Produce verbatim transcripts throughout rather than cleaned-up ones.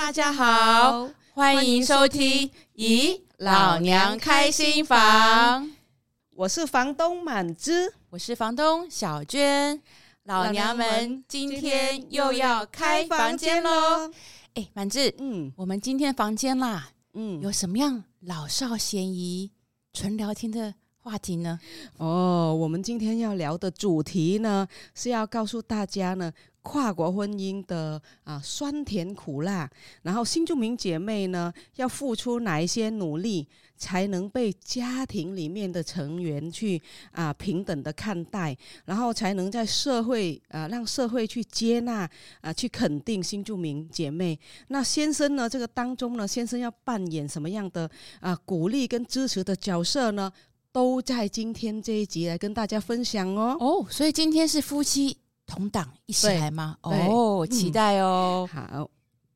大家好，欢迎收听咦老娘开新房， 我是房东满枝， 我是房东小娟，老娘们今天又要开房间咯。哎，满枝，嗯，我们今天房间啦，嗯，有什么样老少咸宜纯聊天的话题呢？ 哦，我们今天要聊的主题呢，是要告诉大家呢，跨国婚姻的啊酸甜苦辣，然后新住民姐妹呢，要付出哪一些努力，才能被家庭里面的成员去啊平等的看待，然后才能在社会啊让社会去接纳啊去肯定新住民姐妹。那先生呢，这个当中呢，先生要扮演什么样的啊鼓励跟支持的角色呢？都在今天这一集来跟大家分享哦。 哦，所以今天是夫妻同档一起来吗？ 哦， 期待哦。 嗯、好，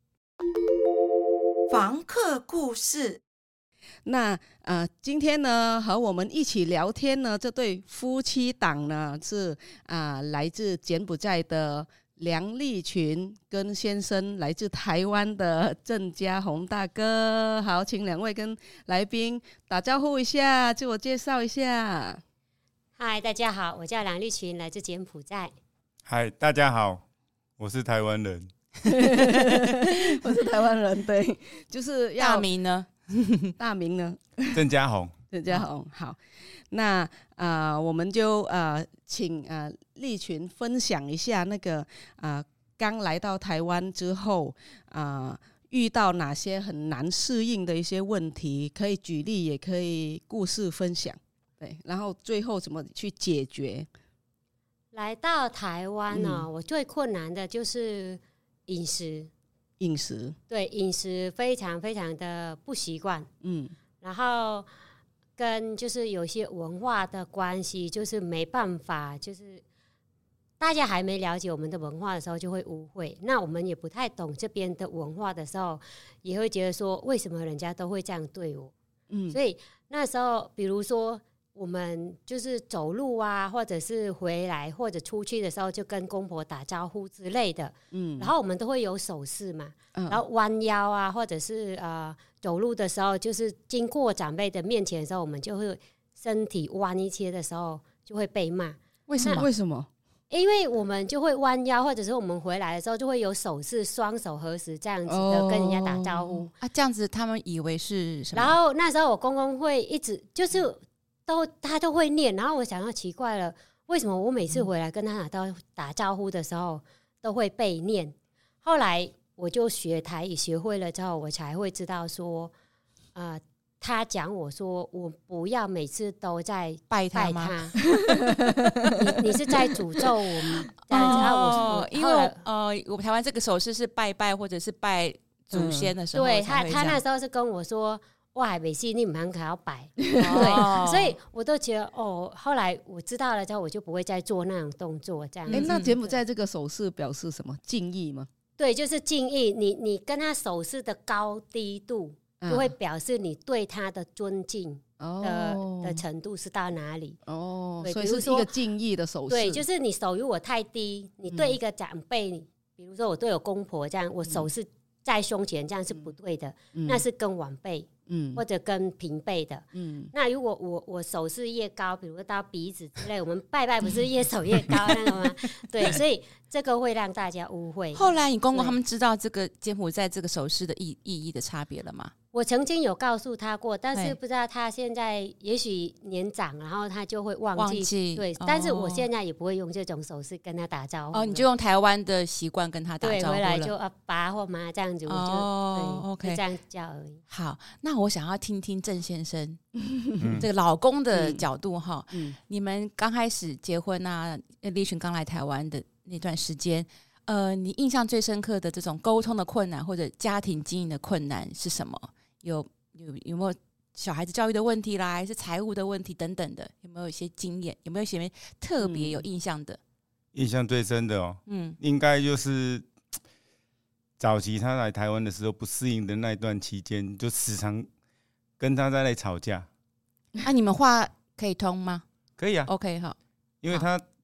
房客故事。 那呃，今天呢，和我们一起聊天呢，这对夫妻档呢是啊、呃，来自柬埔寨的梁立群跟先生来自台湾的郑家宏大哥。好，请两位跟来宾打招呼一下，自我介绍一下。 嗨，大家好，我叫梁立群，来自柬埔寨。 嗨，大家好，我是台湾人。 我是台湾人，对，就是要大名呢？ 大名呢？ 郑家宏。 郑家宏，好，那啊、呃，我们就呃，请啊、呃、立群分享一下那个啊、呃，刚来到台湾之后啊、呃，遇到哪些很难适应的一些问题，可以举例，也可以故事分享，对，然后最后怎么去解决。 来到台湾呢、哦嗯，我最困难的就是饮食。 饮食， 对，饮食非常非常的不习惯，嗯，然后跟就是有些文化的关系，就是没办法，就是大家还没了解我们的文化的时候就会误会，那我们也不太懂这边的文化的时候，也会觉得说为什么人家都会这样对我，嗯，所以那时候比如说我们就是走路啊，或者是回来或者出去的时候，就跟公婆打招呼之类的，嗯，然后我们都会有手势嘛，嗯、然后弯腰啊，或者是呃走路的时候，就是经过长辈的面前的时候，我们就会身体弯一些的时候，就会被骂。 为什么？为什么？ 因为我们就会弯腰，或者是我们回来的时候就会有手势，双手合十这样子的跟人家打招呼、 哦、啊，这样子他们以为是什么？ 然后那时候我公公会一直就是都他都会念，然后我想要奇怪了，为什么我每次回来跟他打打招呼的时候都会被念？后来我就学台语学会了之后，我才会知道说，呃，他讲我说我不要每次都在拜他吗？ 你, 你是在诅咒我们这样子、哦、我因为呃，我们台湾这个手势是拜拜或者是拜祖先的时候、嗯， 对他他那时候是跟我说。我还没信，你们还要摆，对，所以我都觉得哦。后来我知道了之后，我就不会再做那种动作，这样子。 哎，那柬埔寨这个手势表示什么？敬意吗？ 对，就是敬意。你你跟他手势的高低度，就会表示你对他的尊敬的、哦、的程度是到哪里。 哦，所以是一个敬意的手势。 对，就是你手如果太低，你对一个长辈，嗯、比如说我对我公婆这样，我手是在胸前，这样是不对的，嗯、那是跟晚辈。嗯、或者跟平辈的、嗯，那如果我我手势越高，比如到鼻子之类，我们拜拜不是越手越高那个吗？对，所以这个会让大家误会。 后来你公公他们知道这个柬埔寨这个手势的意意义的差别了吗？ 我曾经有告诉他过，但是不知道他现在也许年长，然后他就会忘记。 忘记对、哦，但是我现在也不会用这种手势跟他打招呼。 哦，你就用台湾的习惯跟他打招呼了。 对，回来就啊爸或妈这样子，我就、 哦、 对 ，OK， 就这样叫而已。 好，那我想要听听郑先生这个老公的角度哈、嗯嗯。你们刚开始结婚啊，立群刚来台湾的那段时间，呃，你印象最深刻的这种沟通的困难或者家庭经营的困难是什么？有有有没有小孩子教育的问题啦，还是财务的问题等等的？有没有一些经验？有没有一些特别有印象的？ 印象最深的哦，嗯，应该就是早期他来台湾的时候不适应的那一段期间，就时常跟他在那里吵架。 啊，你们话可以通吗？ 可以啊 ，OK 好， 因为他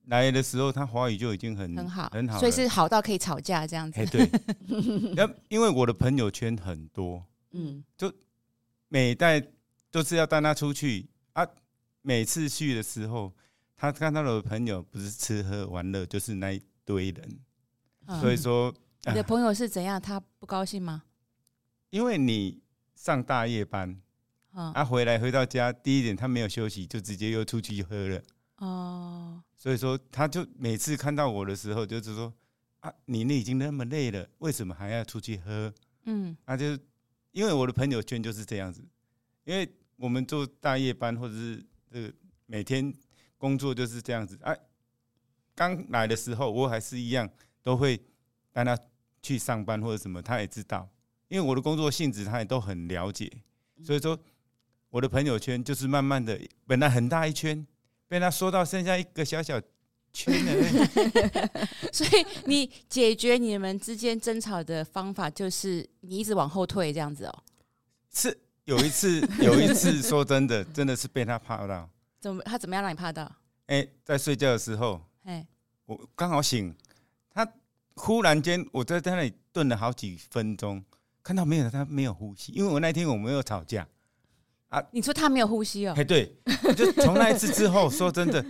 来的时候，他华语就已经很很好， 很好， 所以是好到可以吵架这样子。 哎，对，因为我的朋友圈很多，嗯，就每带都是要带他出去啊。每次去的时候，他看到我的朋友不是吃喝玩乐，就是那一堆人，嗯、所以说、 啊、你的朋友是怎样？他不高兴吗？ 因为你上大夜班，嗯、啊，回来回到家，第一点他没有休息，就直接又出去喝了。哦，所以说他就每次看到我的时候，就是说啊，你那已经那么累了，为什么还要出去喝？嗯，啊，就是因为我的朋友圈就是这样子，因为我们做大夜班或者是这个每天工作就是这样子啊。刚来的时候，我还是一样都会带他去上班或者什么，他也知道，因为我的工作性质他也都很了解，所以说我的朋友圈就是慢慢的，本来很大一圈，被他缩到剩下一个小小圈了。 所以你解决你们之间争吵的方法就是你一直往后退这样子哦？ 是有一次，有一次说真的，真的是被他怕到。 怎么？他怎么样让你怕到？ 哎、欸，在睡觉的时候，哎，我刚好醒，他忽然间我在那里顿了好几分钟，看到没有他没有呼吸，因为我那天我没有吵架。 啊，你说他没有呼吸哦？ 哎，对，就从那一次之后，说真的，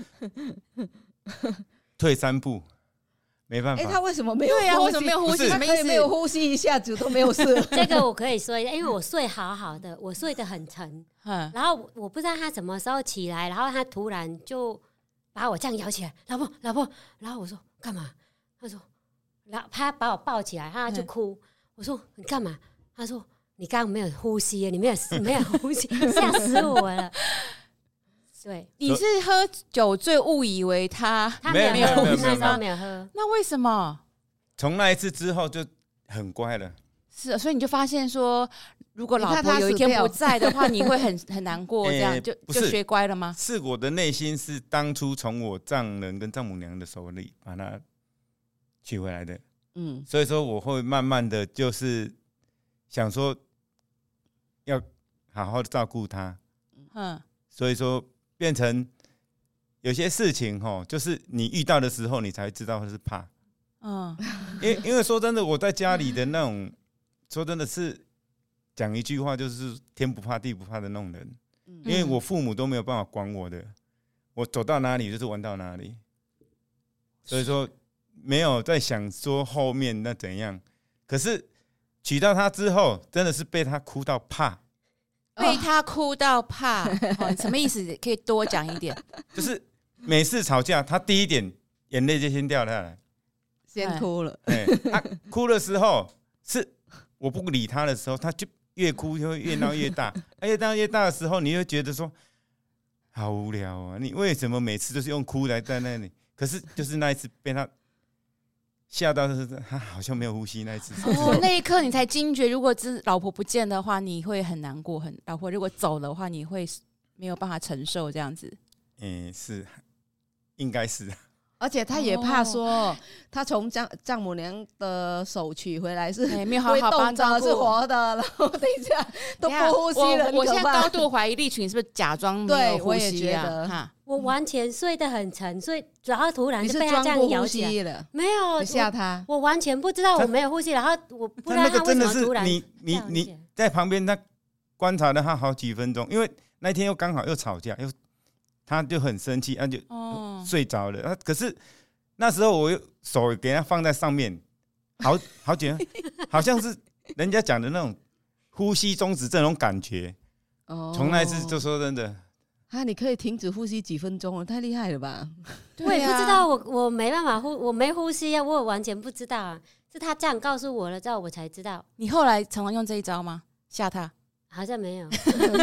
退三步，没办法。 哎、欸，他为什么没有呼吸？ 对啊，为什么没有呼吸？ 他可以没有呼吸一下子都没有事。 这个我可以说一下，因为我睡好好的，我睡得很沉，嗯，然后我不知道他什么时候起来，然后他突然就把我这样摇起来，老婆，老婆，然后我说干嘛？他说，然后他把我抱起来，他就哭。我说你干嘛？他说。你刚刚没有呼吸，你没有没有呼吸，吓死我了。对， 你是喝酒醉误以为他他没有没有喝， 没有没有那时候没有喝。 那为什么？ 从那一次之后就很乖了。 是，所以你就发现说，如果老婆有一天不在的话，你会很很难过，这样、欸、就就学乖了吗？ 是我的内心是当初从我丈人跟丈母娘的手里把他取回来的。嗯，所以说我会慢慢的就是想说。要好好的照顾他，嗯，所以说变成有些事情齁，就是你遇到的时候，你才知道是怕，嗯，因为因为说真的，我在家里的那种，说真的是讲一句话就是天不怕地不怕的那种人，因为我父母都没有办法管我的，我走到哪里就是玩到哪里，所以说没有在想说后面那怎样，可是。娶到他之后，真的是被他哭到怕， 被他哭到怕，哦、什么意思？可以多讲一点。 就是每次吵架，他第一点眼泪就先掉下来， 先哭了。 哎、欸，他、啊、哭的时候是我不理他的时候，他就越哭就会越闹越大，越闹越大的时候，你会觉得说好无聊啊！你为什么每次都是用哭来在那里？可是就是那一次被他。吓到是他好像没有呼吸那一次哦，那一刻你才惊觉，如果是老婆不见的话，你会很难过；很老婆如果走的话，你会没有办法承受这样子。 嗯、欸，是，应该是。 而且他也怕说，他从丈丈母娘的手取回来是没有好好帮照顾， 是活的，然后等一下都不呼吸了。 我, 我现在高度怀疑立群是不是假装没有呼吸啊？ 对，我也觉得哈。 我完全睡得很沉，所以然后突然就被他这样摇起来了。 没有吓他我，我完全不知道我没有呼吸，然后我不知道他为什么突然你你你在旁边，他观察了他好几分钟，因为那天又刚好又吵架，又他就很生气，他就睡着了。哦、可是那时候我又手给他放在上面，好好久，好像是人家讲的那种呼吸中止这种感觉。哦，从那一次就说真的。 啊！你可以停止呼吸几分钟了，太厉害了吧？ 我也不知道，我我没办法呼，我没呼吸啊，我完全不知道啊，是他这样告诉我了之后，我才知道。 你后来常常用这一招吗？吓他？ 好像没有。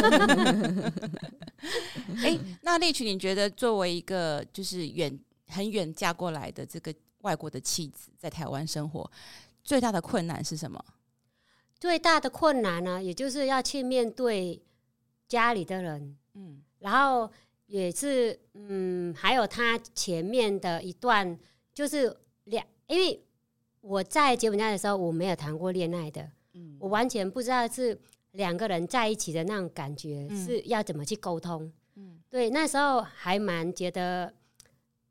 哎、欸，那立群，你觉得作为一个就是远很远嫁过来的这个外国的妻子，在台湾生活，最大的困难是什么？ 最大的困难呢、啊，也就是要去面对家里的人，嗯。然后也是，嗯，还有他前面的一段，就是两，因为我在柬埔寨的时候，我没有谈过恋爱的，嗯，我完全不知道是两个人在一起的那种感觉，嗯、是要怎么去沟通，嗯，对，那时候还蛮觉得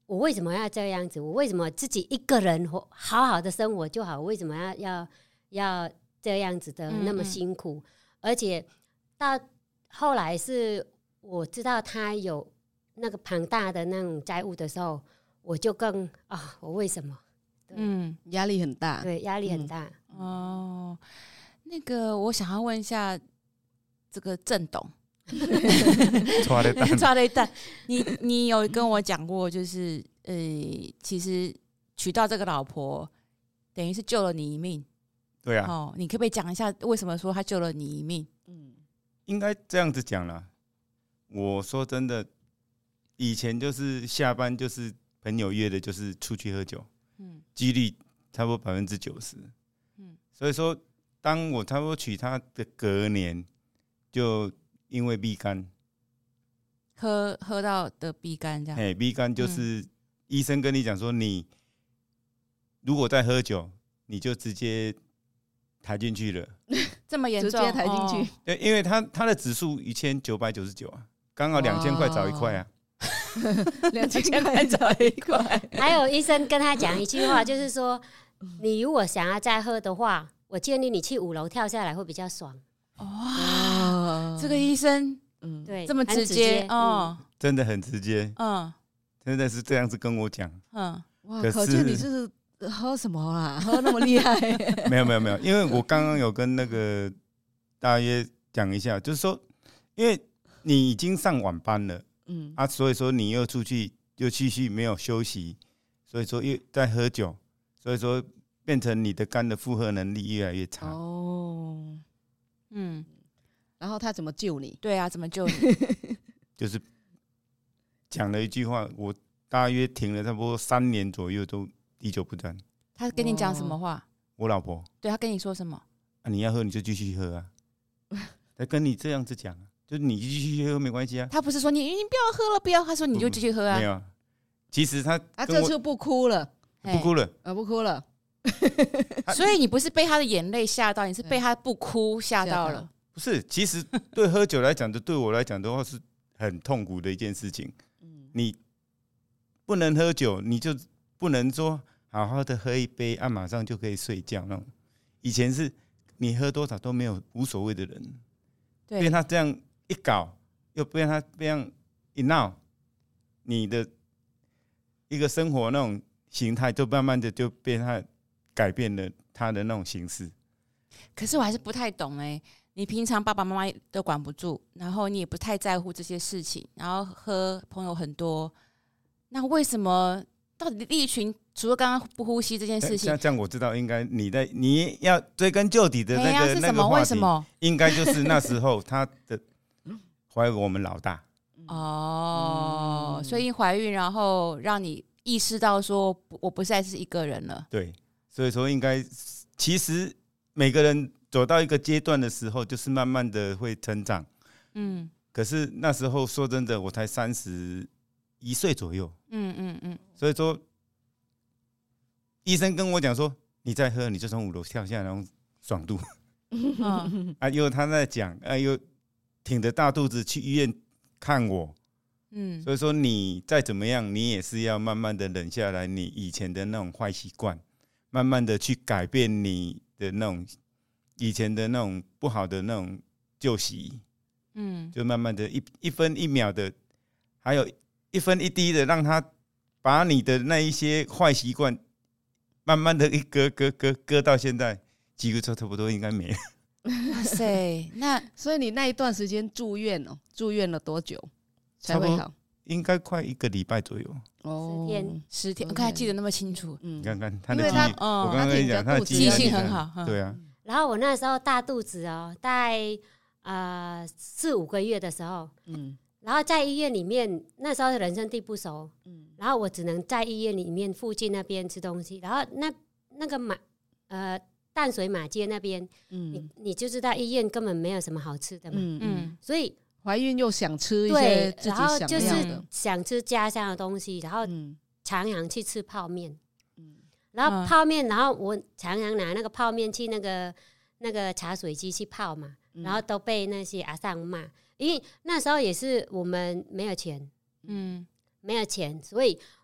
我为什么要这样子？我为什么自己一个人活好好的生活就好？为什么要要要这样子的那么辛苦？嗯嗯，而且到后来是我知道他有那个庞大的那种债务的时候，我就更啊，我为什么？ 嗯，压力很大， 对，压力很大。 嗯、哦，那个我想要问一下这个郑董。 抓了蛋， 抓了一蛋。你你有跟我讲过，就是呃，其实娶到这个老婆，等于是救了你一命。 对啊。 哦，你可不可以讲一下为什么说他救了你一命？ 嗯，应该这样子讲啦。我说真的，以前就是下班就是朋友约的，就是出去喝酒，嗯，几率差不多百分之九十。嗯，所以说，当我差不多娶她的隔年，就因为B肝， 喝喝到的 B 肝这样。 哎 ，B 肝就是医生跟你讲说，你如果再喝酒，你就直接抬进去了。 这么严重？ 直接抬进去？ 对、哦，因为他他的指数一千九百九十九啊，刚好两千块找一块啊。 两千块找一块。 还有医生跟他讲一句话，就是说，你如果想要再喝的话，我建议你去五楼跳下来会比较爽。 哇，这个医生，嗯，对，这么直接，哦， 真的很直接，嗯，真的是这样子跟我讲， 嗯，哇，可见你是喝什么啦？喝那么厉害？ 没有没有没有，因为我刚刚有跟那个大约讲一下，就是说，因为你已经上晚班了，嗯啊，所以说你又出去又继续没有休息，所以说又在喝酒，所以说变成你的肝的负荷能力越来越差。哦。 嗯，然后他怎么救你？ 对啊，怎么救你？ 就是讲了一句话，我大约停了差不多三年左右都滴酒不沾。 他跟你讲什么话？ 我老婆。 对，他跟你说什么？ 啊，你要喝你就继续喝啊。他跟你这样子讲，就是你继续喝没关系啊。 他不是说你你不要喝了，不要，他说你就继续喝啊。 没有，其实他他这次不哭了， 不哭了， 啊，不哭了。 所以你不是被他的眼泪吓到，你是被他不哭吓到了。 不是，其实对喝酒来讲的，对我来讲的话是很痛苦的一件事情。你不能喝酒，你就不能说好好的喝一杯啊，马上就可以睡觉那种。以前是你喝多少都没有无所谓的人，对，被他这样一搞，又被他这样一闹，你的一个生活那种形态，就慢慢的就被他改变了他的那种形式。 可是我还是不太懂哎、欸，你平常爸爸妈妈都管不住，然后你也不太在乎这些事情，然后喝朋友很多，那为什么到底立群除了刚刚不呼吸这件事情， 这样我知道应该你在你要追根究底的那个、 欸、 那个话题， 为什么？ 应该就是那时候他的怀我们老大哦、嗯，所以怀孕然后让你意识到说我不再是一个人了。 对，所以说应该其实每个人走到一个阶段的时候，就是慢慢的会成长。嗯，可是那时候说真的，我才三十一岁左右。嗯嗯嗯，所以说医生跟我讲说，你再喝你就从五楼跳下来，然后爽度。嗯、啊，又他在讲，啊，又挺着大肚子去医院看我。嗯，所以说你再怎么样，你也是要慢慢的忍下来，你以前的那种坏习惯，慢慢的去改变你的那种以前的那种不好的那种旧习。嗯，就慢慢的一一分一秒的，还有一分一滴的，让他把你的那一些坏习惯，慢慢的一割割割割到现在，几个月差不多应该没了。 哇塞，那所以你那一段时间住院哦，住院了多久才会好？ 应该快一个礼拜左右。 哦，十天， 十天，我看还记得那么清楚。 嗯，你看看他的记忆，我刚刚跟你讲，他的记忆性很好。 对啊。 然后我那时候大肚子哦，大概呃四五个月的时候，嗯，然后在医院里面，那时候人生地不熟，嗯，然后我只能在医院里面附近那边吃东西，然后那那个马呃淡水马街那边，嗯，你你就知道医院根本没有什么好吃的嘛，嗯嗯，所以怀孕又想吃一些自己想要的， 然后就是想吃家乡的东西，然后常常去吃泡面，嗯，然后泡面，然后我常常拿那个泡面去那个那个茶水机去泡嘛。然后都被那些阿桑骂，因为那时候也是我们没有钱，嗯，没有钱，所以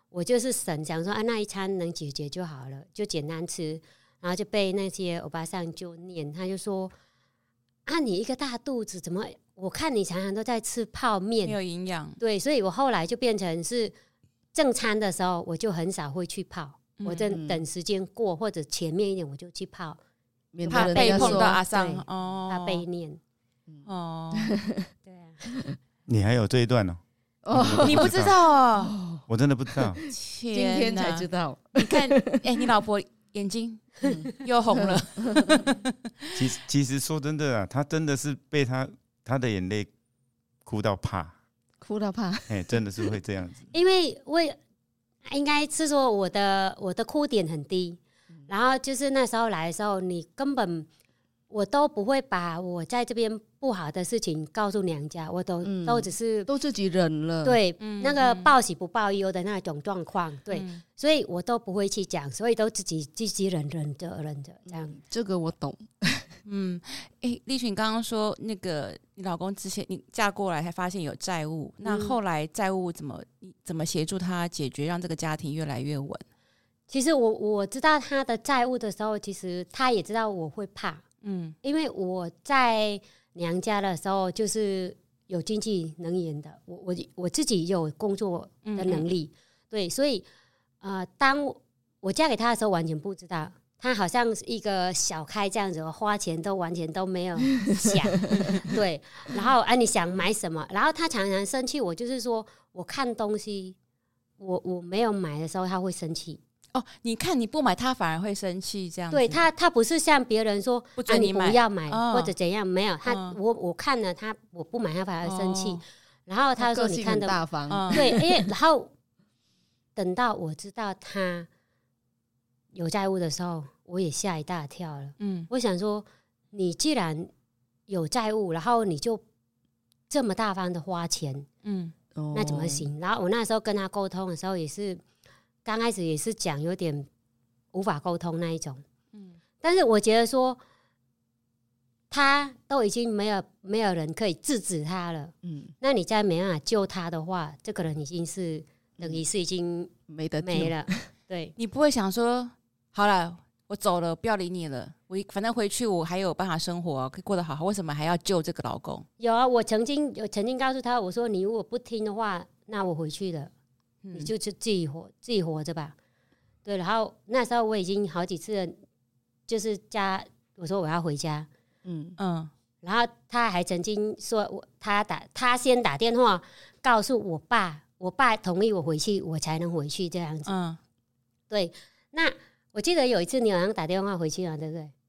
我就是省想说啊，那一餐能解决就好了，就简单吃，然后就被那些欧巴桑就念，他就说啊，你一个大肚子怎么？我看你常常都在吃泡面， 没有营养。 对，所以我后来就变成是正餐的时候，我就很少会去泡，嗯、我等等时间过或者前面一点我就去泡， 怕被碰到阿桑哦，怕被念哦， 对啊， 你还有这一段哦？ 哦，你不知道哦？ 我真的不知道， 今天才知道。 你看，哎、欸，你老婆眼睛、嗯、又红了。 其实，其实说真的啊，她真的是被她她的眼泪哭到怕， 哭到怕， 哎、欸，真的是会这样子。 因为我应该是说我的我的哭点很低，然后就是那时候来的时候，你根本我都不会把我在这边不好的事情告诉娘家，我都、嗯、都只是都自己忍了， 对、嗯、那个报喜不报忧的那种状况，对、 嗯， 所以我都不会去讲，所以都自己自己忍忍着忍着这样、嗯， 这个我懂。 嗯，哎、欸，立群刚刚说那个你老公之前你嫁过来才发现有债务，嗯、那后来债务怎么你怎么协助他解决，让这个家庭越来越稳？ 其实我我知道他的债务的时候，其实他也知道我会怕。嗯，因为我在娘家的时候就是有经济能源的，我我我自己有工作的能力，嗯嗯对，所以呃，当我嫁给他的时候，完全不知道他好像是一个小开这样子，花钱都完全都没有想，对，然后啊，你想买什么？然后他常常生气，我就是说我看东西，我我没有买的时候，他会生气。 哦，你看你不买，他反而会生气，这样子。 对他，他不是像别人说不准你买、 啊、你不要买、 哦、 或者怎样，没有他， 嗯、 我我看了他，我不买，他反而生气、哦。然后他说：“你看的大方。 嗯” 对，因为然后等到我知道他有债务的时候，我也吓一大跳了。嗯，我想说，你既然有债务，然后你就这么大方的花钱，嗯，那怎么行？然后我那时候跟他沟通的时候，也是。刚开始也是讲有点无法沟通那一种，嗯，但是我觉得说他都已经没有没有人可以制止他了，嗯，那你再没办法救他的话，这个人已经是等于是已经没得没了，对， 你不会想说好了，我走了，不要理你了，我反正回去我还有办法生活，可以过得好好，为什么还要救这个老公？ 有啊，我曾经有曾经告诉他，我说你如果不听的话，那我回去了。嗯、你就自己活自己活着吧，对。然后那时候我已经好几次了，就是家我说我要回家，嗯嗯，然后他还曾经说我他打他先打电话告诉我爸，我爸同意我回去，我才能回去这样子，嗯，对。那我记得有一次你好像打电话回去了，对不对？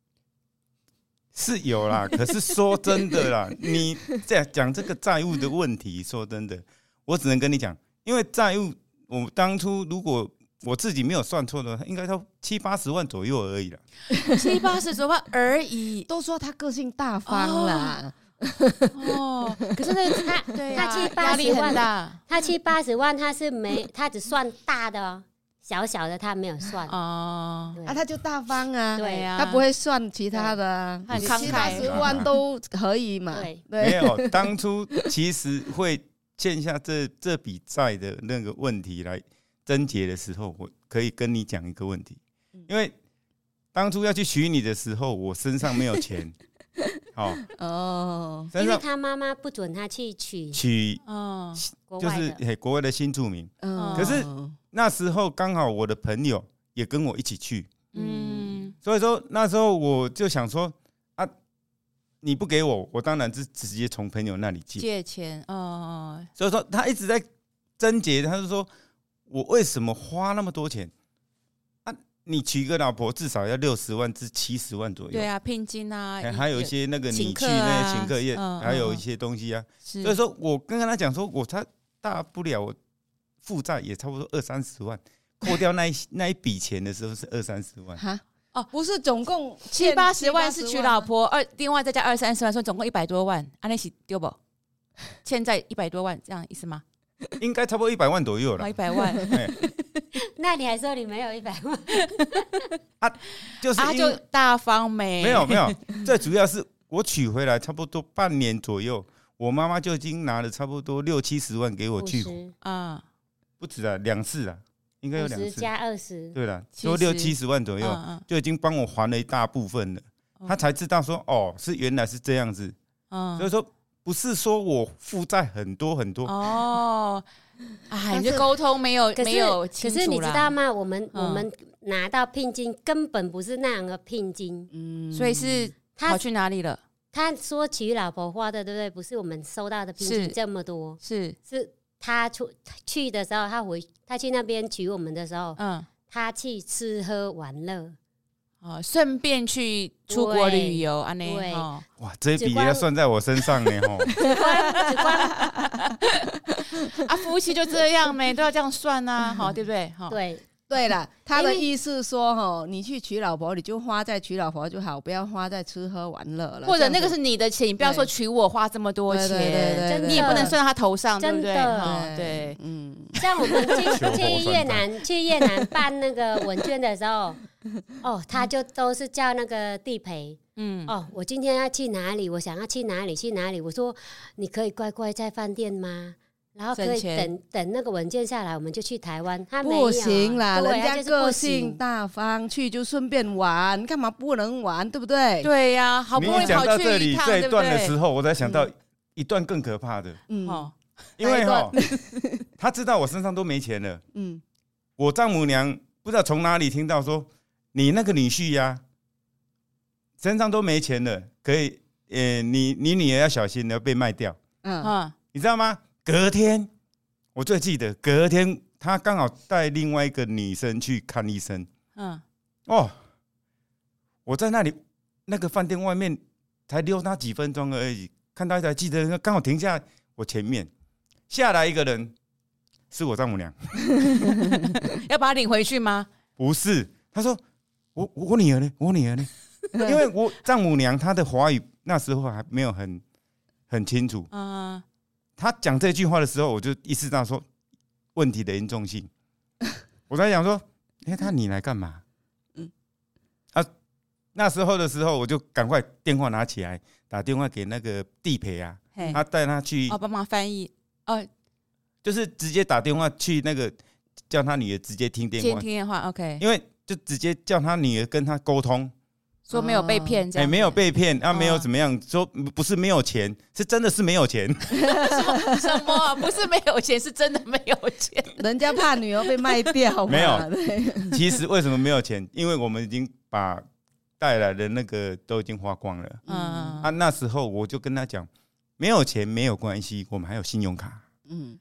是有啦，可是说真的啦，你在讲这个债务的问题，说真的，我只能跟你讲。因为债务，我当初如果我自己没有算错的话，应该都七八十万左右而已啦。 七八十万而已， 都说他个性大方啦。 哦，可是那他对、啊、 他七八十万， 大他七八十万他是没，他只算大的哦，小小的他没有算哦。啊，他就大方啊， 对啊， 他不会算其他的啊， 很慷慨， 七八十万都可以嘛。 对， 没有，当初其实会。欠下这这笔债的那个问题来症结的时候，我可以跟你讲一个问题，因为当初要去娶你的时候，我身上没有钱，好哦， 因为他妈妈不准他去娶娶，哦，就是嘿国外的新住民，嗯，可是那时候刚好我的朋友也跟我一起去，嗯，所以说那时候我就想说。你不给我，我当然是直接从朋友那里借借钱，哦， 所以说他一直在症结，他就说我为什么花那么多钱啊？你娶个老婆至少要六十万至七十万左右， 对啊，聘金啊， 还有一些那个你去那些请客业， 嗯、 还有一些东西啊。所以说我跟他讲说，我才大不了我负债也差不多二三十万，扣掉那一那一笔钱的时候是二三十万。 哈哦，不是，总共七八十万是娶老婆，二另外再加二三十万，说总共一百多万，啊，那是对不？欠债一百多万，这样意思吗？ 应该差不多一百万左右了。 一百万， 那你还说你没有一百万？ 啊，就是啊，就大方没？ 没有没有，最主要是我娶回来差不多半年左右，我妈妈就已经拿了差不多六七十万给我去啊。 不止啊，两次啊，应该有两次加二十， 对了，说六七十万左右，嗯嗯就已经帮我还了一大部分了。嗯、他才知道说，哦，是原来是这样子，嗯，所以说不是说我负债很多很多哦，哎，你这沟通没有没有清楚啦。 可是你知道吗？我们、嗯、我们拿到聘金根本不是那样的聘金， 嗯，所以是跑去哪里了？ 他说娶老婆花的，对不对？不是我们收到的聘金这么多， 是是他出去的时候，他回他去那边娶我们的时候，嗯，他去吃喝玩乐。 哦，顺便去出国旅游啊？那哦， 哇，这一笔也要算在我身上呢，吼！ 啊，夫妻就这样没都要这样算啊，好，对不对？ 对对了，他的意思说，哈，你去娶老婆，你就花在娶老婆就好，不要花在吃喝玩乐了。 或者那个是你的钱，你不要说娶我花这么多钱， 对对对对你也不能算到他头上，对不对？ 对对， 嗯。像我们去去越南去越南办那个文件的时候。哦，他就都是叫那个地陪，嗯，哦，我今天要去哪里？我想要去哪里？去哪里？我说你可以乖乖在饭店吗？然后可以等等那个文件下来，我们就去台湾。他没有不行啦，人家个性大方，去就顺便玩，干嘛不能玩？对不对？ 对呀、啊，好不容易跑去一趟， 这一段的时候，我才想到一段更可怕的，嗯，哦、因为哈、哦，他知道我身上都没钱了，嗯，我丈母娘不知道从哪里听到说。你那个女婿呀、啊，身上都没钱了，可以，呃，你你女儿要小心，要被卖掉。嗯，你知道吗？隔天，我最记得，隔天他刚好带另外一个女生去看医生。嗯，哦，我在那里那个饭店外面才溜达几分钟而已，看到一台计程车刚好停下我前面，下来一个人，是我丈母娘。 要把她领回去吗？ 不是，他说。我我女儿呢？我女儿呢？因为我丈母娘她的华语那时候还没有很很清楚。嗯，她讲这句话的时候，我就意识到说问题的严重性。我在想说，哎、欸，她你来干嘛？嗯，啊，那时候的时候，我就赶快电话拿起来，打电话给那个地陪啊，他带他去哦，帮忙翻译哦， 就是直接打电话去那个叫他女儿直接听电话， 听电话 ，OK， 因为。就直接叫他女儿跟他沟通， 说没有被骗，这样、 欸、没有被骗，啊，没有怎么样，说不是没有钱，是真的是没有钱。 什么、啊？不是没有钱，是真的没有钱。 人家怕女儿被卖掉嘛。 没有，其实为什么没有钱？因为我们已经把带来的那个都已经花光了。嗯啊，那时候我就跟他讲，没有钱没有关系，我们还有信用卡。嗯。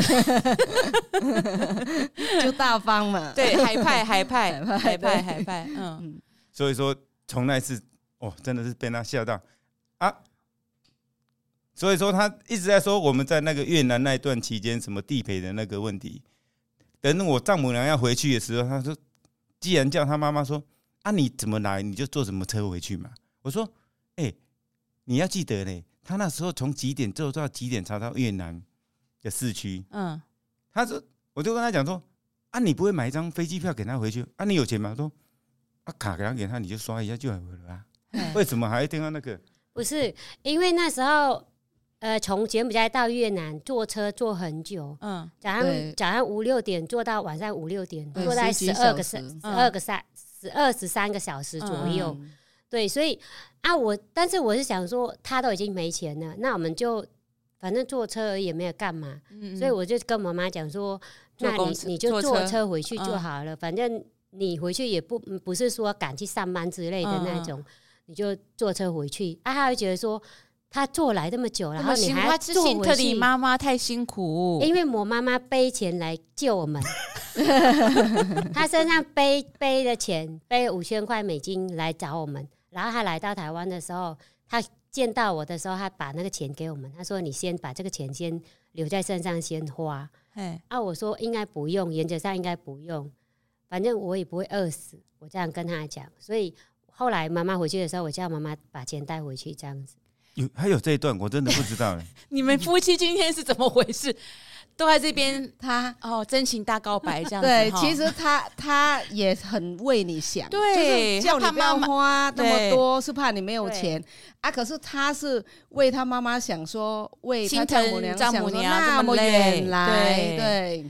就大方嘛， 对，海派海派海派海派，嗯， 所以说从那次哦，真的是被他吓到啊！所以说他一直在说我们在那个越南那一段期间什么地陪的那个问题。等我丈母娘要回去的时候，他说：“既然叫他妈妈说啊，你怎么来你就坐什么车回去嘛。”我说：“哎、欸，你要记得呢，他那时候从几点坐到几点才到越南。”的市区，嗯，他说，我就跟他讲说，啊，你不会买一张飞机票给他回去？啊，你有钱吗？他说，啊，卡给他给他，你就刷一下就好了啊。为什么还一定要那个？ 不是，因为那时候，呃，从柬埔寨到越南坐车坐很久，嗯，早上早上五六点坐到晚上五六点，坐在十二个十二个三十二十三个小时左右，嗯、对，所以啊，我但是我是想说，他都已经没钱了，那我们就。反正坐车而已也没有干嘛，嗯嗯，所以我就跟妈妈讲说，那你你就坐车回去就好了，嗯、反正你回去也不不是说赶去上班之类的那种，嗯、你就坐车回去。啊，他会觉得说他坐来这么久，然后你还要坐回去， 你妈妈太辛苦， 因为我妈妈背钱来救我们，她身上背背的钱背五千块美金来找我们，然后她来到台湾的时候，她。见到我的时候，他把那个钱给我们。他说：“你先把这个钱先留在身上，先花。”啊，我说应该不用，原则上应该不用，反正我也不会饿死。我这样跟他讲，所以后来妈妈回去的时候，我叫妈妈把钱带回去，这样子。 有还有这一段，我真的不知道。 你们夫妻今天是怎么回事？都在这边，他哦，真情大告白这样子。 对，其实他他也很为你想， 对， 就是叫你不要花那么多，是怕你没有钱啊。可是他是为他妈妈想说，为他丈母娘想说那么远来，对。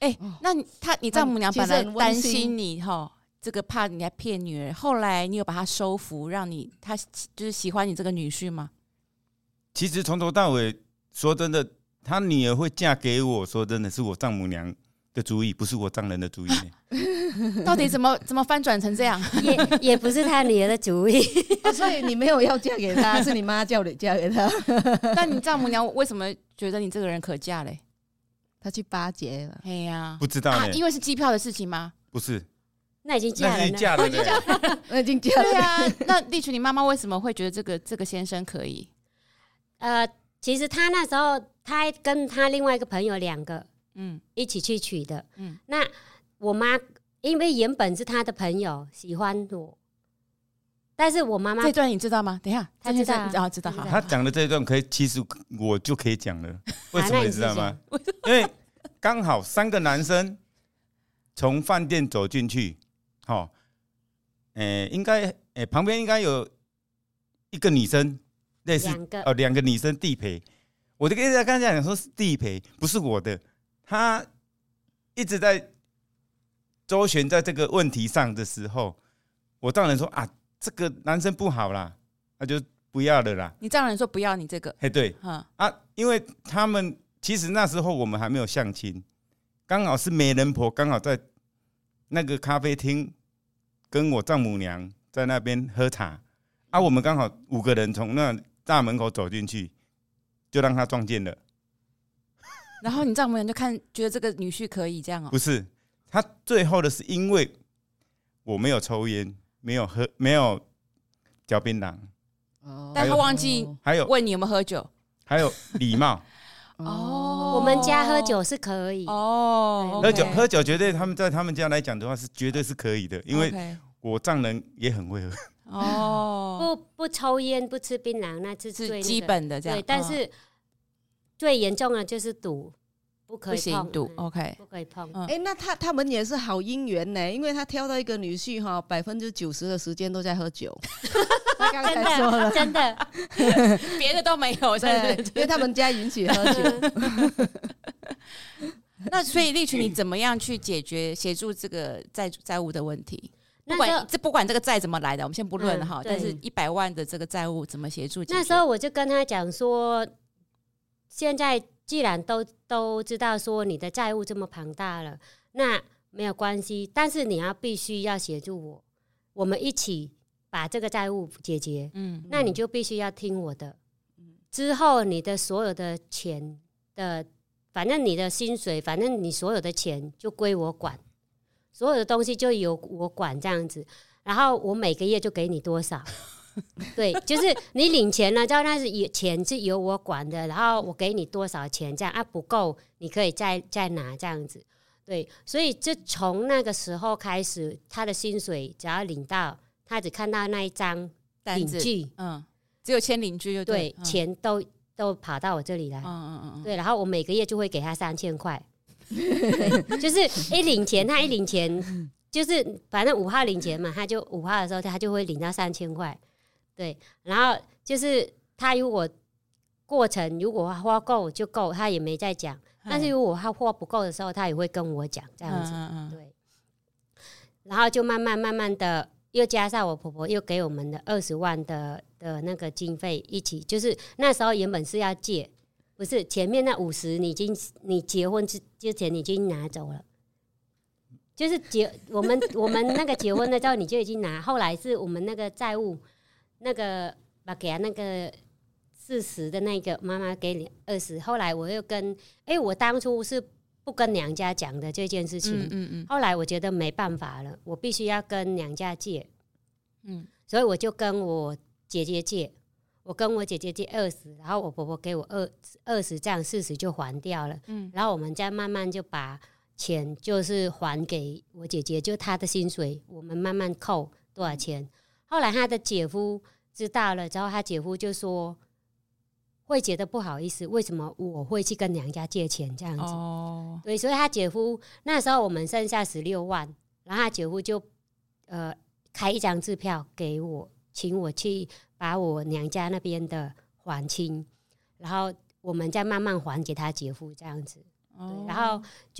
哎、欸，那他你丈母娘本来担心你哈，这个怕你来骗女儿，后来你有把她收服，让你她就是喜欢你这个女婿吗？ 其实从头到尾，说真的，她女儿会嫁给我，说真的是我丈母娘的主意，不是我丈人的主意。 到底怎么怎么翻转成这样？ 也也不是他女儿的主意、 哦，所以你没有要嫁给他，是你妈叫你嫁给他。 那你丈母娘为什么觉得你这个人可嫁嘞？ 他去巴结了。 哎呀、啊， 不知道呢、啊， 因为是机票的事情吗？ 不是， 那已经嫁了， 那已经嫁了， 那已经嫁了。 对啊，那立群，你妈妈为什么会觉得这个这个先生可以？ 呃，其实他那时候他跟他另外一个朋友两个，嗯，一起去娶的，嗯，那我妈因为原本是他的朋友喜欢我，但是我妈妈这段你知道吗？等一下， 他知道， 啊，知道。好， 他讲的这段可以，其实我就可以讲了。为什么你知道吗？因为刚好三个男生从饭店走进去，好，诶，应该诶旁边应该有一个女生，类似两个哦，两个女生地陪。我就跟大家刚才讲说是地陪，不是我的。他一直在周旋在这个问题上的时候，我当然说啊，这个男生不好啦，那就不要了啦。 你丈人说不要你这个， 嘿，对，啊，因为他们其实那时候我们还没有相亲，刚好是媒人婆刚好在那个咖啡厅跟我丈母娘在那边喝茶，啊，我们刚好五个人从那大门口走进去，就让他撞见了。 然后你丈母娘就看觉得这个女婿可以这样哦？ 不是，他最后的是因为我没有抽烟，没有喝，没有嚼槟榔， 哦，但他忘记还有问你有没有喝酒， 还有礼貌。 哦，我们家喝酒是可以哦， 喝酒喝酒绝对他们在他们家来讲的话是绝对是可以的，因为我丈人也很会喝。 哦，不不抽烟不吃槟榔，那是最、那個、 基本的这样。 对，但是最严重的就是赌，不可以碰赌。OK， 不可以碰。 哎、欸，那他他们也是好姻缘呢，因为他挑到一个女婿哈，百分之九十的时间都在喝酒。他刚才说了， 真的， 别的都没有， 对，因为他们家允许喝酒。 那所以立群，你怎么样去解决协助这个债债务的问题？不管这不管这个债怎么来的，我们先不论哈、嗯。但是一百万的这个债务怎么协助解决？ 那时候我就跟他讲说，现在既然都都知道说你的债务这么庞大了，那没有关系，但是你要必须要协助我，我们一起把这个债务解决。嗯，那你就必须要听我的。嗯，之后你的所有的钱的，反正你的薪水，反正你所有的钱就归我管。所有的东西就由我管这样子，然后我每个月就给你多少，对，就是你领钱了，之后那是钱是由我管的，然后我给你多少钱这样啊，不够你可以再再拿这样子，对，所以就从那个时候开始，他的薪水只要领到，他只看到那一张领据， 嗯，只有签领据就 对, 对、嗯，钱都都跑到我这里来，嗯嗯嗯，对，然后我每个月就会给他三千块。就是一领钱，他一领钱，就是反正五号领钱嘛，他就五号的时候他就会领到三千块，对，然后就是他如果过程如果花够就够，他也没再讲，但是如果他花不够的时候，他也会跟我讲这样子，对，然后就慢慢慢慢的又加上我婆婆又给我们的二十万的的那个经费一起，就是那时候原本是要借。不是前面那五十，你已经你结婚之之前你已经拿走了，就是结我们我们那个结婚的时候你就已经拿，后来是我们那个债务那个把给他那个四十的那个妈妈给你二十，后来我又跟哎、欸、我当初是不跟娘家讲的这件事情，嗯嗯嗯，后来我觉得没办法了，我必须要跟娘家借，嗯，所以我就跟我姐姐借。我跟我姐姐借二十，然后我婆婆给我二二十，这样四十就还掉了。嗯，然后我们再慢慢就把钱就是还给我姐姐，就她的薪水，我们慢慢扣多少钱。后来她的姐夫知道了之后，他姐夫就说会觉得不好意思，为什么我会去跟娘家借钱这样子？哦，对，所以他姐夫那时候我们剩下十六万，然后他姐夫就呃开一张支票给我，请我去。把我娘家那边的还清，然后我们再慢慢还给他姐夫这样子，哦、对，然后就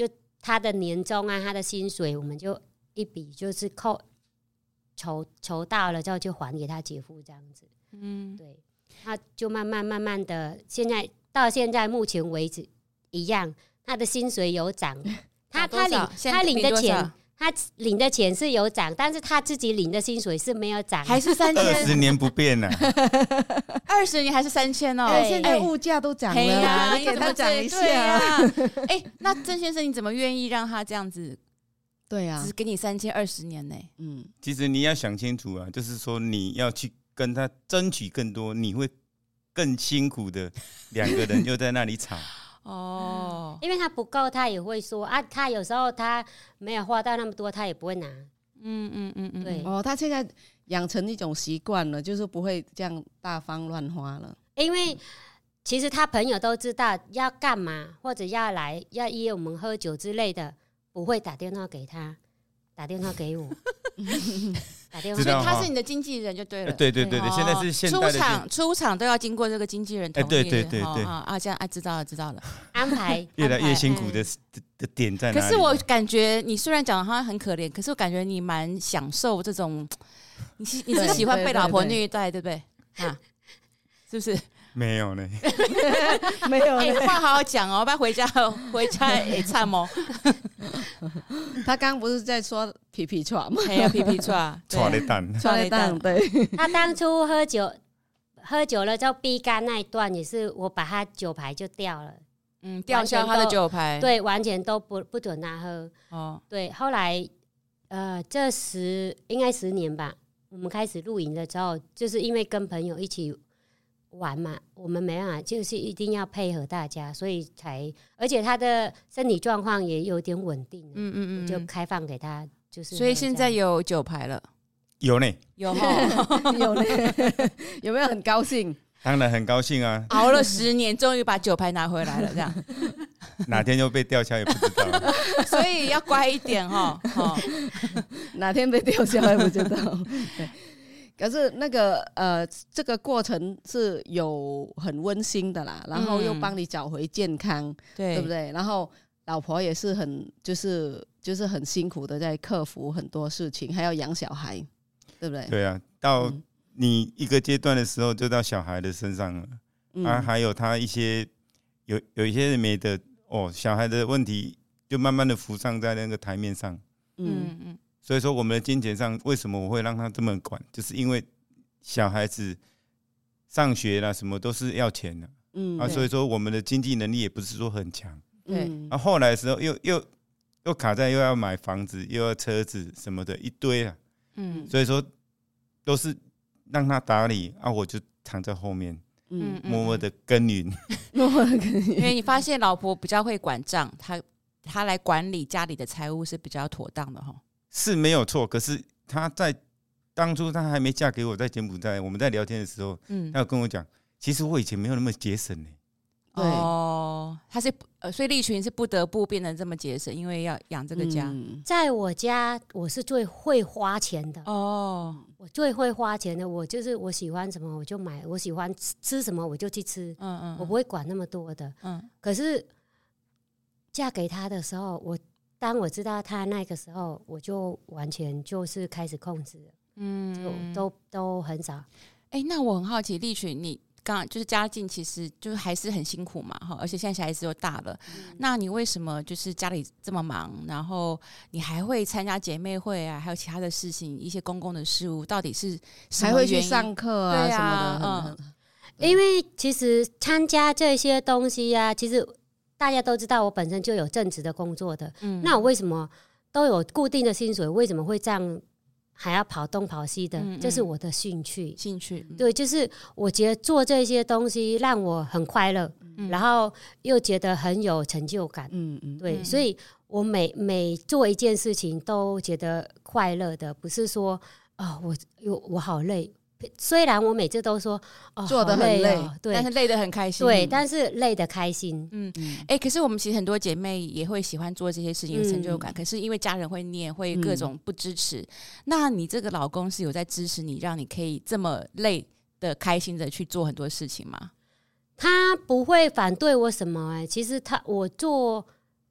他的年终啊，他的薪水，我们就一笔就是扣筹筹到了之后就还给他姐夫这样子。嗯，对，他就慢慢慢慢的，现在到现在目前为止一样，他的薪水有涨，他他领他领的钱。他领的钱是有涨，但是他自己领的薪水是没有涨， 还是三千， 二十年不变呢、 啊，二十年还是三千哦。 对，现在物价都涨了， 哎、 你给他涨一下。 对呀、啊，哎、欸，那郑先生，你怎么愿意让他这样子？ 对呀、啊， 只给你三千二十年呢？ 嗯，其实你要想清楚啊，就是说你要去跟他争取更多，你会更辛苦的，两个人又在那里吵。 哦，因为他不够，他也会说啊，他有时候他没有花到那么多，他也不会拿。嗯嗯嗯嗯， 对。 哦，他现在养成一种习惯了，就是不会这样大方乱花了。 因为其实他朋友都知道要干嘛，或者要来要约我们喝酒之类的，不会打电话给他，打电话给我。打电话， 所以他是你的经纪人就对了。 对对对对，现在是现代的出场出场都要经过这个经纪人同意。 对对对对啊啊，这样啊，知道了知道了， 安排越来越辛苦的的点在哪里？ 可是我感觉你虽然讲他很可怜，可是我感觉你蛮享受这种，你是你是喜欢被老婆虐待，对不对？啊，是不是？ 没有呢， 没有呢。 哎、欸，话好好讲哦，不然回家回家会惨哦。 他刚刚不是在说皮皮串吗？ 哎呀，皮皮串， 串的蛋， 串的蛋，对。 他当初喝酒，喝酒了之后逼干那一段，也是我把他酒牌就掉了， 嗯，吊销他的酒牌， 对，完全都不不准他喝。哦，对，后来呃，这十应该十年吧，我们开始露营的时候，就是因为跟朋友一起玩嘛，我们没办法，就是一定要配合大家，所以才，而且他的身体状况也有点稳定，嗯嗯嗯，就开放给他，就是， 所以现在有酒牌了， 有呢， 有有呢，有没有很高兴？ 当然很高兴啊， 熬了十年，终于把酒牌拿回来了，这样， 哪天又被吊销也不知道， 所以要乖一点哈， 哪天被吊销也不知道，对。可是那个呃，这个过程是有很温馨的啦，然后又帮你找回健康，嗯、对不对？然后老婆也是很就是就是很辛苦的在克服很多事情，还要养小孩，对不对？ 对啊，到你一个阶段的时候，就到小孩的身上了，嗯、啊，还有他一些有有一些没的哦，小孩的问题就慢慢的浮上在那个台面上，嗯嗯。所以说，我们的金钱上为什么我会让他这么管，就是因为小孩子上学啦，什么都是要钱的，嗯啊，所以说我们的经济能力也不是说很强，对。啊，后来的时候又又又卡在又要买房子，又要车子什么的一堆啊，嗯，所以说都是让他打理啊，我就躺在后面，嗯，默默的耕耘， 默默的耕耘， 因为你发现老婆比较会管账，她她来管理家里的财务是比较妥当的哈。 是没有错，可是他在当初他还没嫁给我，在柬埔寨我们在聊天的时候，嗯，他有跟我讲，其实我以前没有那么节省呢。 对哦，他是呃，所以立群是不得不变得这么节省，因为要养这个家。嗯、 在我家，我是最会花钱的哦，我最会花钱的，我就是我喜欢什么我就买，我喜欢吃吃什么我就去吃，嗯嗯，我不会管那么多的，嗯。可是嫁给他的时候，我。当我知道他那个时候，我就完全就是开始控制了，嗯，就都都很少。 哎、欸，那我很好奇，立群，你刚就是家境其实就是还是很辛苦嘛，哈，而且现在小孩子又大了，嗯、那你为什么就是家里这么忙，然后你还会参加姐妹会啊，还有其他的事情，一些公共的事务，到底是什么还会去上课啊， 对啊什么的？ 嗯，因为其实参加这些东西啊，其实。大家都知道我本身就有正职的工作的，嗯，那我为什么都有固定的薪水，为什么会这样还要跑东跑西的？嗯嗯，这是我的兴趣， 兴趣， 对，就是我觉得做这些东西让我很快乐，嗯，然后又觉得很有成就感，嗯嗯，对，嗯，所以我每每做一件事情都觉得快乐的，不是说啊，哦，我有我好累。虽然我每次都说，哦， 做得很累， 哦，对， 但是累得很开心。 对，但是累得开心。 嗯嗯。哎，欸，可是我们其实很多姐妹也会喜欢做这些事情，有成就感。嗯，可是因为家人会念，会各种不支持。嗯，那你这个老公是有在支持你，让你可以这么累的开心的去做很多事情吗？ 他不会反对我什么，欸。哎，其实他我做，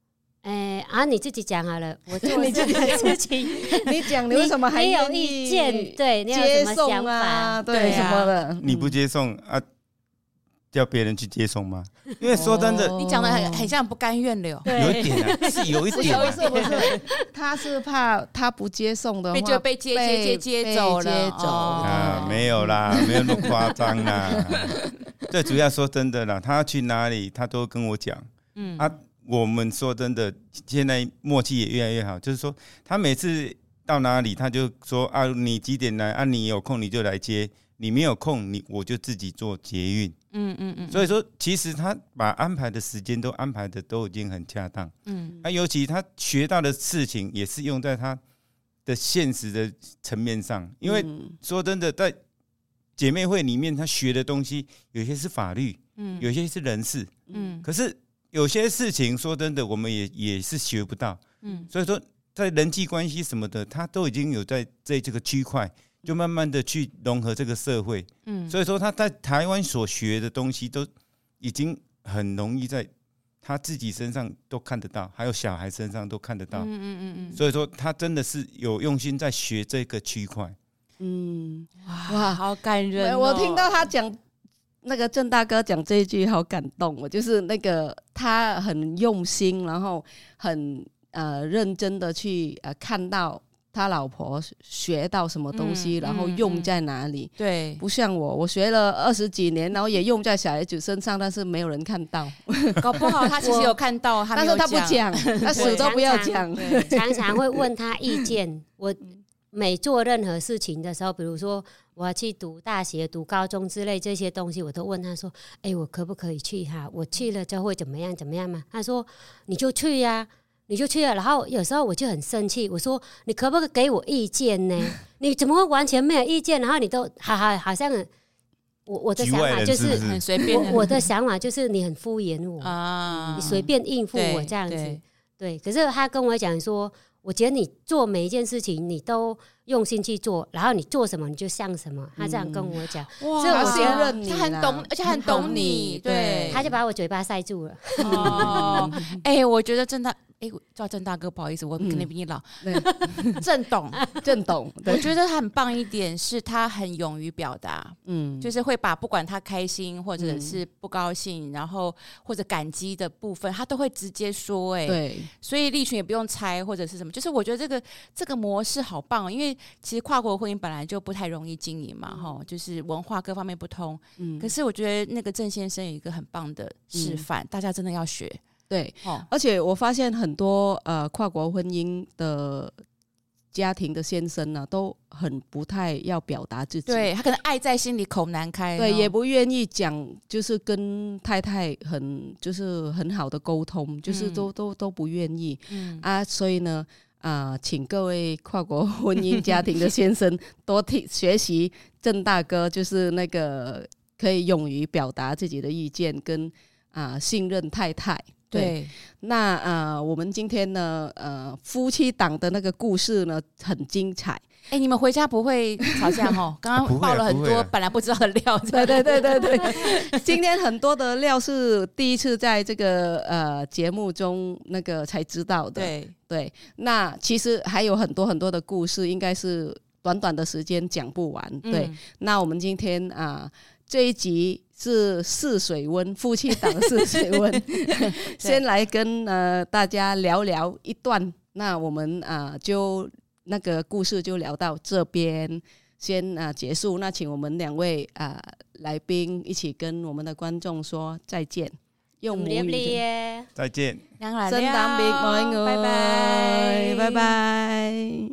哎、欸、啊，你自己讲好了，我做你自己的事情， 你讲你为什么还有意见？对，你有什么想法？ 啊、对, 对、啊、什么的， 你不接送啊？叫别人去接送吗？因为说真的， 哦、你讲的很很像不甘愿了， 有一点啊，是有一点、啊， 不是不是，他是怕他不接送的话， 就被接接接接走了， 接走啊，没有啦，没有那么夸张啦。最主要说真的啦，他要去哪里，他都跟我讲。嗯啊，我们说真的，现在默契也越来越好，就是说他每次到哪里，他就说啊，你几点来啊？你有空你就来接。你没有空，你我就自己做捷运。嗯嗯嗯。所以说，其实他把安排的时间都安排的都已经很恰当。嗯。啊，尤其他学到的事情也是用在他的现实的层面上，因为说真的，在姐妹会里面，他学的东西有些是法律，嗯，有些是人事，嗯。可是有些事情，说真的，我们也也是学不到。嗯。所以说，在人际关系什么的，他都已经有在在这个区块。就慢慢的去融合这个社会，嗯，所以说他在台湾所学的东西都已经很容易在他自己身上都看得到，还有小孩身上都看得到，嗯嗯嗯，所以说他真的是有用心在学这个区块， 嗯，哇，好感人、哦！ 我听到他讲那个郑大哥讲这一句，好感动哦，就是那个他很用心，然后很呃认真的去呃看到。他老婆学到什么东西、嗯、然后用在哪里、嗯嗯、 对， 不像我我学了二十几年然后也用在小孩子身上，但是没有人看到搞不好他其实有看到他没有讲， 但是他不讲，他死都不要讲， 常常会问他意见我每做任何事情的时候，比如说我要去读大学读高中之类这些东西，我都问他说哎、欸，我可不可以去哈？我去了就会怎么样怎么样吗？他说你就去呀、啊你就去了，然后有时候我就很生气，我说你可不可以给我意见呢？你怎么会完全没有意见？然后你都好好好像我我的想法就是很随便， 我我的想法就是你很敷衍我啊，你随便应付我这样子， 对, 对。可是他跟我讲说，我觉得你做每一件事情你都用心去做，然后你做什么你就像什么，他这样跟我讲， 哇，所以我觉得他很懂，而且很懂你，对， 他就把我嘴巴塞住了。 哦，哎、欸，我觉得真的。哎、欸，叫郑大哥，不好意思，我可能比你老。嗯、郑董， 郑董， 我觉得他很棒一点是他很勇于表达，嗯，就是会把不管他开心或者是不高兴，嗯、然后或者感激的部分，他都会直接说、欸。哎，对，所以立群也不用猜或者是什么，就是我觉得这个这个模式好棒，因为其实跨国婚姻本来就不太容易经营嘛，哈、嗯，就是文化各方面不通，嗯，可是我觉得那个郑先生有一个很棒的示范，嗯、大家真的要学。 对、哦，而且我发现很多呃跨国婚姻的家庭的先生呢、啊，都很不太要表达自己， 对他可能爱在心里口难开， 对，也不愿意讲，就是跟太太很就是很好的沟通，就是都、嗯、都都不愿意、嗯、啊，所以呢啊、呃，请各位跨国婚姻家庭的先生多听学习郑大哥，就是那个可以勇于表达自己的意见跟啊、呃、信任太太。对，那呃，我们今天呢，呃，夫妻档的那个故事呢，很精彩。 哎、欸，你们回家不会吵架哦？刚刚爆了很多本来不知道的料。 对对对对对，今天很多的料是第一次在这个呃节目中那个才知道的。 对对，那其实还有很多很多的故事，应该是短短的时间讲不完。嗯、对，那我们今天啊、呃、这一集。是试水温，夫妻档试水温，先来跟呃大家聊聊一段，那我们啊、呃、就那个故事就聊到这边，先啊、呃、结束。那请我们两位啊、呃、来宾一起跟我们的观众說再見，用母語再見， 新黨別mọi người，拜拜，拜拜。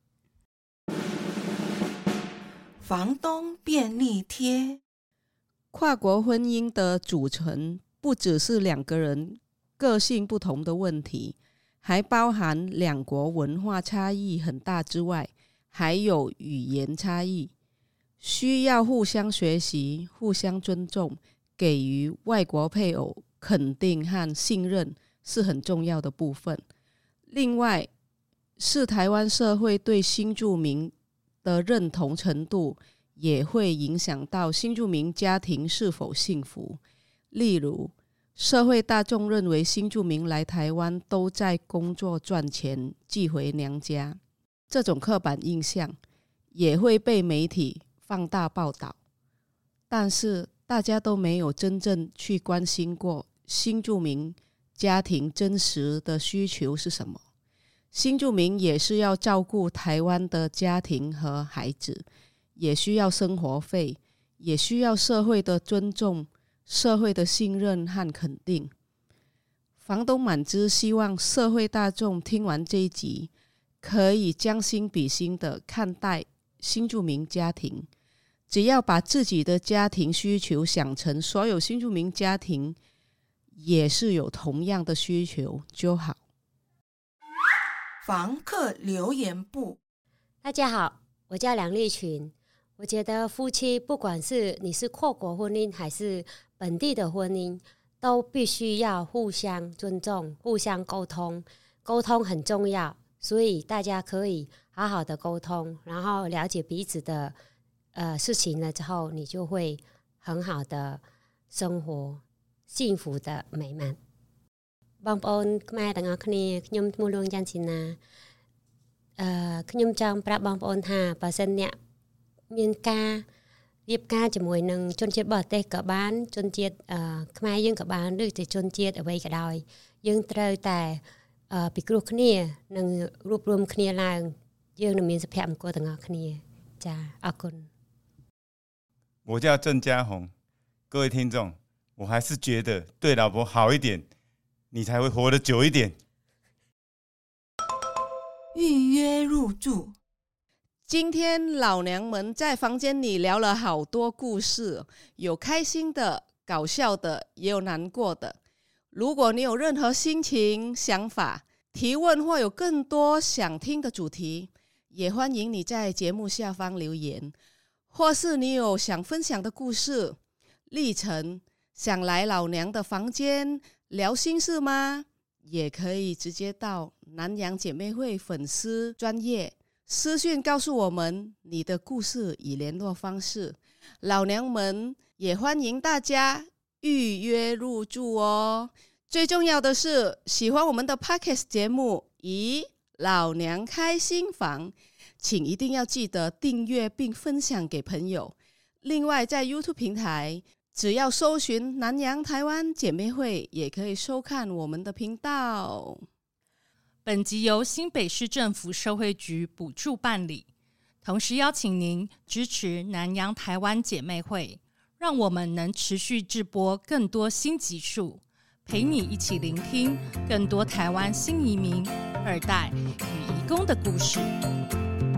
房東便利貼。 跨國婚姻的組成不只是兩個人個性不同的問題，還包含兩國文化差異很大之外，還有語言差異，需要互相學習、互相尊重，給予外國配偶肯定和信任是很重要的部分。另外，是台灣社會對新住民的認同程度也會影響到新住民家庭是否幸福。例如， 社会大众认为新住民来台湾都在工作赚钱寄回娘家，这种刻板印象也会被媒体放大报道，但是大家都没有真正去关心过新住民家庭真实的需求是什么。新住民也是要照顾台湾的家庭和孩子，也需要生活费，也需要社会的尊重、社会的信任和肯定。房东满之希望社会大众听完这一集，可以将心比心的看待新住民家庭，只要把自己的家庭需求想成所有新住民家庭也是有同样的需求就好。 房客留言簿， 大家好，我叫梁丽群。我觉得夫妻不管是你是跨国婚姻还是本地的婚姻，都必须要互相尊重、互相沟通，沟通很重要，所以大家可以好好的沟通，然后了解彼此的呃事情了之后，你就会很好的生活，幸福的美满。បងប្អូនខ្មែរទាំងអស់គ្នាខ្ញុំឈ្មោះលួងច័ន្ទស៊ីណាអឺខ្ញុំចង់ប្រាប់បងប្អូនថាបើសិនអ្នកមានការរៀបការជាមួយនឹងជនជាតិបរទេសក៏បានជនជាតិអឺខ្មែរយើងក៏បានឬទៅជនជាតិអ្វីក៏ដោយយើងត្រូវតែអឺពិគ្រោះគ្នានិងរួបរวมគ្នាឡើងយើងនឹងមានសុភមង្គលទាំងអស់គ្នាចាអរគុណ我叫郑家宏，各位听众，我还是觉得对老婆好一点，你才会活得久一点。 预约入住。 今天老娘们在房间里聊了好多故事，有开心的、搞笑的，也有难过的。如果你有任何心情、想法、提问或有更多想听的主题，也欢迎你在节目下方留言，或是你有想分享的故事、历程，想来老娘的房间聊心事吗？也可以直接到南洋姐妹会粉丝专页私讯告诉我们你的故事与联络方式，老娘们也欢迎大家预约入住哦。最重要的是，喜欢我们的 Podcast 节目以老娘开心房，请一定要记得订阅并分享给朋友。另外在 YouTube 平台只要搜寻南洋台湾姐妹会，也可以收看我们的频道。 本集由新北市政府社会局补助办理，同时邀请您支持南洋台湾姐妹会，让我们能持续制播更多新集数，陪你一起聆听更多台湾新移民、二代与移工的故事。